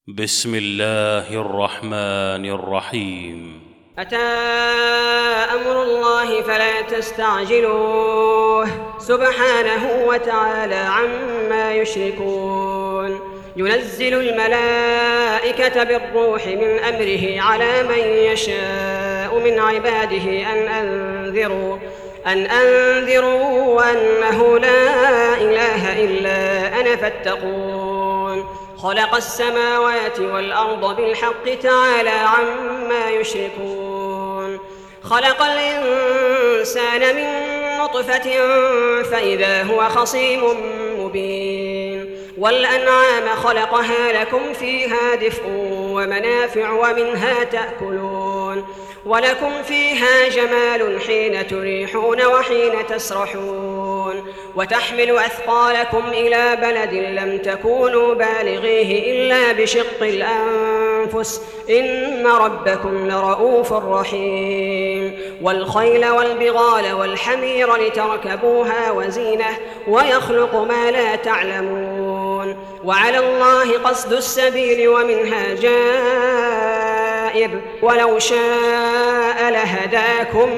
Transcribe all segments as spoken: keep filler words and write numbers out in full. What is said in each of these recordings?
بسم الله الرحمن الرحيم. أتى أمر الله فلا تستعجلوه سبحانه وتعالى عما يشركون. ينزل الملائكة بالروح من أمره على من يشاء من عباده أن أنذروا أن أنذروا أنه لا إله إلا أنا فاتقون. خلق السماوات والأرض بالحق تعالى عما يشركون. خلق الإنسان من نطفة فإذا هو خصيم مبين. والأنعام خلقها لكم فيها دفء ومنافع ومنها تأكلون ولكم فيها جمال حين تريحون وحين تسرحون وتحمل أثقالكم إلى بلد لم تكونوا بالغيه إلا بشق الأنفس إن ربكم لرؤوف رحيم. والخيل والبغال والحمير لتركبوها وزينة ويخلق ما لا تعلمون وعلى الله قصد السبيل ومنها جائر ولو شاء لهداكم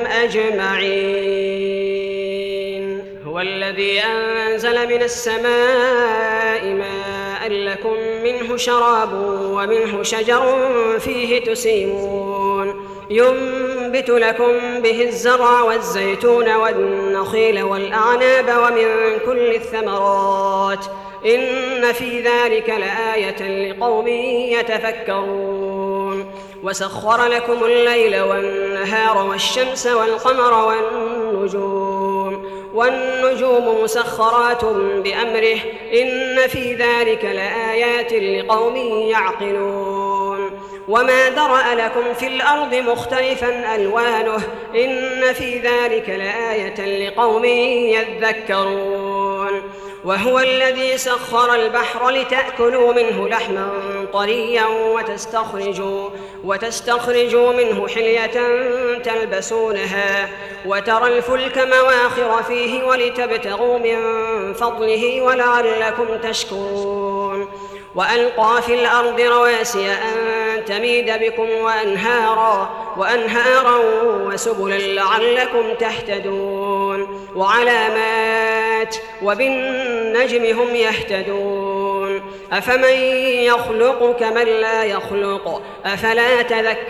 أجمعين. هو الذي أنزل من السماء ماء لكم منه شراب ومنه شجر فيه تسيمون. ينبت لكم به الزرع والزيتون والنخيل والأعناب ومن كل الثمرات إن في ذلك لآية لقوم يتفكرون. وسخر لكم الليل والنهار والشمس والقمر والنجوم والنجوم مسخرات بأمره إن في ذلك لآيات لقوم يعقلون. وما ذرأ لكم في الأرض مختلفا ألوانه إن في ذلك لآية لقوم يذكرون. وهو الذي سخر البحر لتأكلوا منه لحما طريا وتستخرجوا, وتستخرجوا منه حلية تلبسونها وترى الفلك مواخر فيه ولتبتغوا من فضله ولعلكم تشكرون. وألقى في الأرض رواسي أن تميد بكم وأنهارا, وأنهارا وسبلا لعلكم تهتدون. وعلامات وبالنجم هم يهتدون. أفمن يخلق كمن لا يخلق أفلا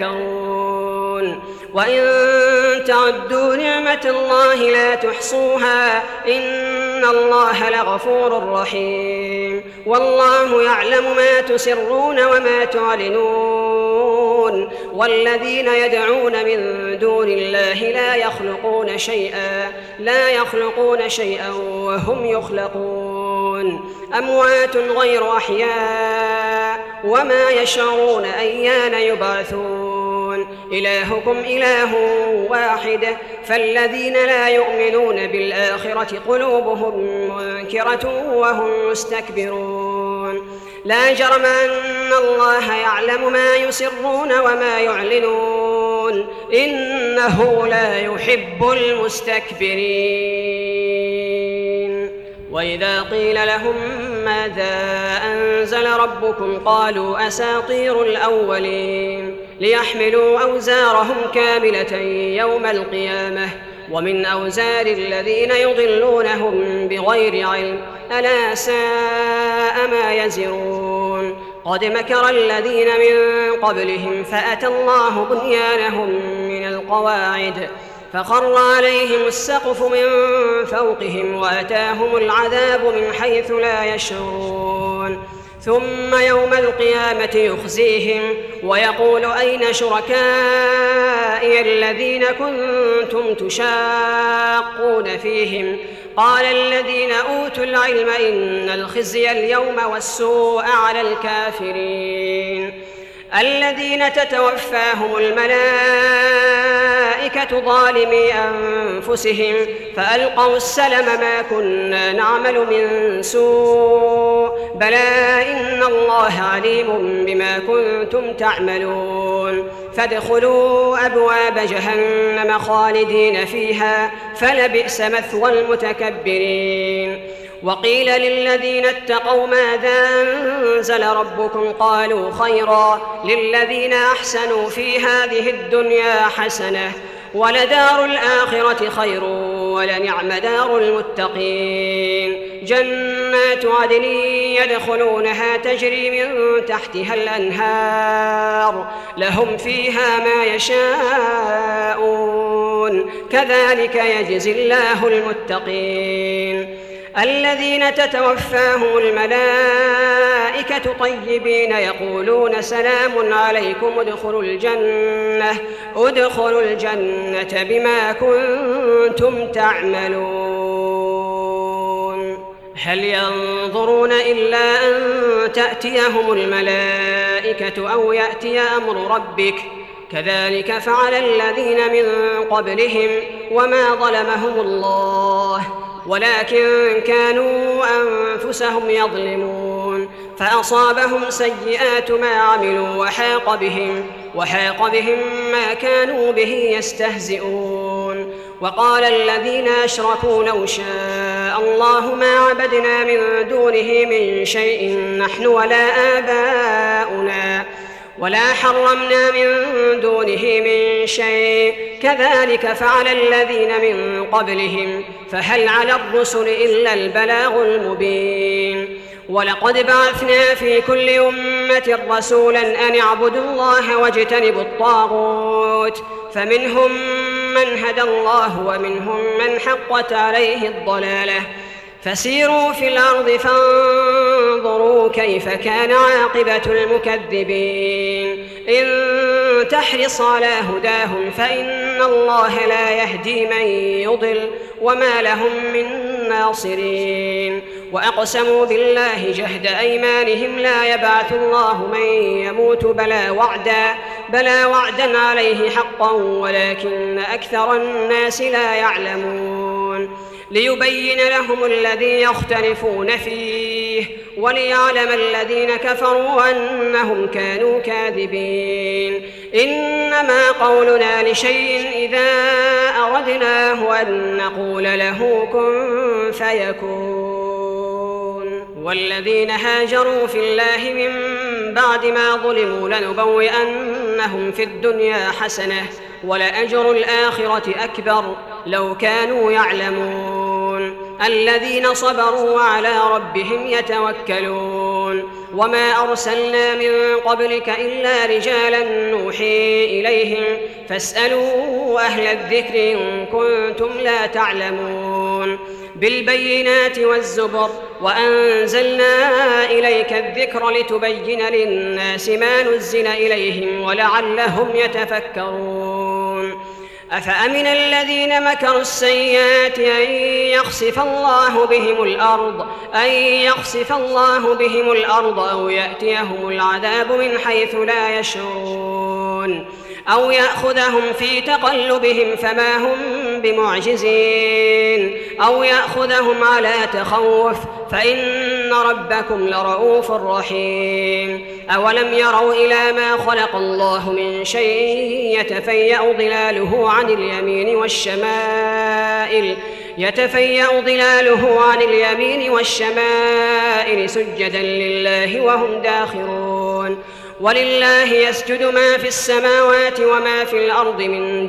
تذكرون. وإن تعدوا نعمة الله لا تحصوها إن الله لغفور رحيم. والله يعلم ما تسرون وما تعلنون. والذين يدعون من دون الله لا يخلقون شيئا لا يخلقون شيئا وهم يخلقون. أموات غير أحياء وما يشعرون أيان يبعثون. إلهكم إله واحد فالذين لا يؤمنون بالآخرة قلوبهم منكرة وهم مستكبرون. لا جرم أن الله يعلم ما يسرون وما يعلنون إنه لا يحب المستكبرين. وإذا قيل لهم ماذا أنزل ربكم قالوا أساطير الأولين ليحملوا أوزارهم كاملة يوم القيامة ومن أوزار الذين يضلونهم بغير علم ألا ساء ما يزرون. قد مكر الذين من قبلهم فأتى الله بنيانهم من القواعد فخر عليهم السقف من فوقهم وأتاهم العذاب من حيث لا يشعرون. ثم يوم القيامة يخزيهم ويقول أين شركائي الذين كنتم تشاقون فيهم قال الذين أوتوا العلم إن الخزي اليوم والسوء على الكافرين الذين تتوفاهم الملائكة ظالمي أنفسهم فألقوا السلم ما كنا نعمل من سوء بلى إن الله عليم بما كنتم تعملون. فادخلوا أبواب جهنم خالدين فيها فلبئس مثوى المتكبرين. وقيل للذين اتقوا ماذا أنزل ربكم قالوا خيرا للذين أحسنوا في هذه الدنيا حسنة ولدار الآخرة خير ولنعم دار المتقين جنات عدن يدخلونها تجري من تحتها الأنهار لهم فيها ما يشاءون كذلك يجزي الله المتقين الذين تتوفاهم الملائكة طيبين يقولون سلام عليكم ادخلوا الجنة ادخلوا الجنة بما كنتم تعملون هل ينظرون إلا أن تأتيهم الملائكة أو يأتي أمر ربك كذلك فعل الذين من قبلهم وما ظلمهم الله ولكن كانوا أنفسهم يظلمون فأصابهم سيئات ما عملوا وحاق بهم وحاق بهم ما كانوا به يستهزئون وقال الذين أشركوا لو شاء الله ما عبدنا من دونه من شيء نحن ولا آباؤنا ولا حرمنا من دونه من شيء كذلك فعل الذين من قبلهم فهل على الرسل إلا البلاغ المبين ولقد بعثنا في كل أمة رسولا أن اعبدوا الله واجتنبوا الطاغوت فمنهم من هدى الله ومنهم من حقت عليه الضلالة فسيروا في الأرض فانظروا كيف كان عاقبة المكذبين إن تحرص على هداهم فإن الله لا يهدي من يضل وما لهم من ناصرين وأقسموا بالله جهد أيمانهم لا يبعث الله من يموت بلى وعدا بلى وعدا عليه حقا ولكن أكثر الناس لا يعلمون ليبين لهم الذي يختلفون فيه وليعلم الذين كفروا أنهم كانوا كاذبين إنما قولنا لشيء إذا أردناه أن نقول له كن فيكون والذين هاجروا في الله من بعد ما ظلموا لنبوئنهم في الدنيا حسنة ولأجر الآخرة أكبر لو كانوا يعلمون الذين صبروا وعلى ربهم يتوكلون وما أرسلنا من قبلك إلا رجالا نوحي إليهم فاسألوا أهل الذكر إن كنتم لا تعلمون بالبينات والزبر وأنزلنا إليك الذكر لتبين للناس ما نزل إليهم ولعلهم يتفكرون أفأمن الذين مكروا السيئات أن يخسف الله بهم الأرض أن يخسف الله بهم الأرض أو يأتيهم العذاب من حيث لا يشعرون أو يأخذهم في تقلبهم فما هم بمعجزين أو يأخذهم على تخوف فإن ربكم لرؤوف رحيم أولم يروا إلى ما خلق الله من شيء يتفيأ ظلاله عن اليمين والشمائل يتفيأ ظلاله عن اليمين والشمائل سجدا لله وهم داخرون ولله يسجد ما في السماوات وما في الأرض من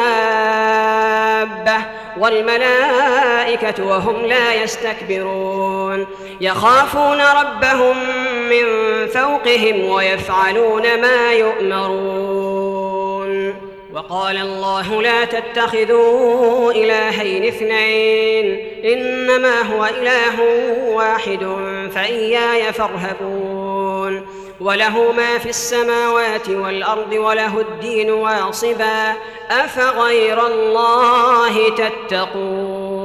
دابة والملائكة وهم لا يستكبرون يخافون ربهم من فوقهم ويفعلون ما يؤمرون وقال الله لا تتخذوا إلهين اثنين إنما هو إله واحد فإياي فارهبون وله ما في السماوات والأرض وله الدين واصبا أفغير الله تتقون